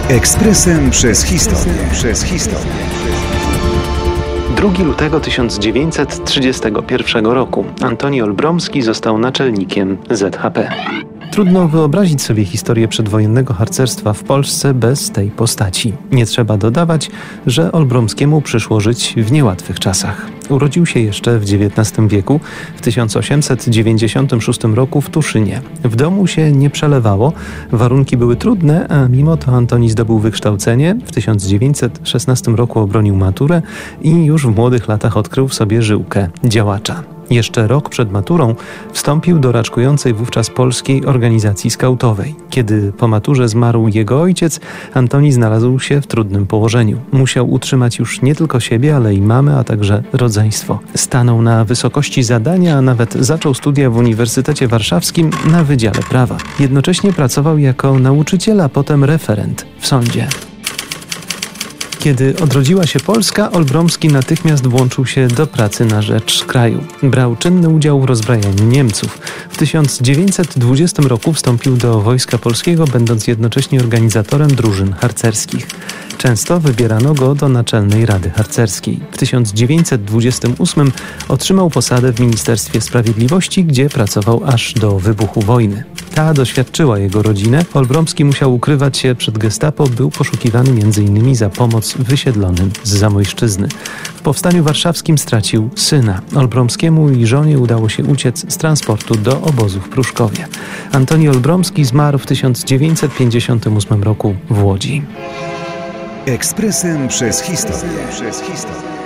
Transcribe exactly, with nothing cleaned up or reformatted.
Ekspresem przez historię. Przez historię. drugiego lutego tysiąc dziewięćset trzydziestego pierwszego roku Antoni Olbромski został naczelnikiem Z H P. Trudno wyobrazić sobie historię przedwojennego harcerstwa w Polsce bez tej postaci. Nie trzeba dodawać, że Olbромskiemu przyszło żyć w niełatwych czasach. Urodził się jeszcze w dziewiętnastym wieku, w tysiąc osiemset dziewięćdziesiątym szóstym roku w Tuszynie. W domu się nie przelewało, warunki były trudne, a mimo to Antoni zdobył wykształcenie. W tysiąc dziewięćset szesnastym roku obronił maturę i już w młodych latach odkrył w sobie żyłkę działacza. Jeszcze rok przed maturą wstąpił do raczkującej wówczas polskiej organizacji skautowej. Kiedy po maturze zmarł jego ojciec, Antoni znalazł się w trudnym położeniu. Musiał utrzymać już nie tylko siebie, ale i mamę, a także rodzeństwo. Stanął na wysokości zadania, a nawet zaczął studia w Uniwersytecie Warszawskim na Wydziale Prawa. Jednocześnie pracował jako nauczyciel, a potem referent w sądzie. Kiedy odrodziła się Polska, Olbромski natychmiast włączył się do pracy na rzecz kraju. Brał czynny udział w rozbrajaniu Niemców. W tysiąc dziewięćset dwudziestym roku wstąpił do Wojska Polskiego, będąc jednocześnie organizatorem drużyn harcerskich. Często wybierano go do Naczelnej Rady Harcerskiej. W tysiąc dziewięćset dwudziestym ósmym otrzymał posadę w Ministerstwie Sprawiedliwości, gdzie pracował aż do wybuchu wojny. Ta doświadczyła jego rodzinę. Olbромski musiał ukrywać się przed gestapo, był poszukiwany między innymi za pomoc wysiedlonym z Zamojszczyzny. W Powstaniu Warszawskim stracił syna. Olbромskiemu i żonie udało się uciec z transportu do obozu w Pruszkowie. Antoni Olbромski zmarł w tysiąc dziewięćset pięćdziesiątym ósmym roku w Łodzi. Ekspresem przez historię. Przez historię.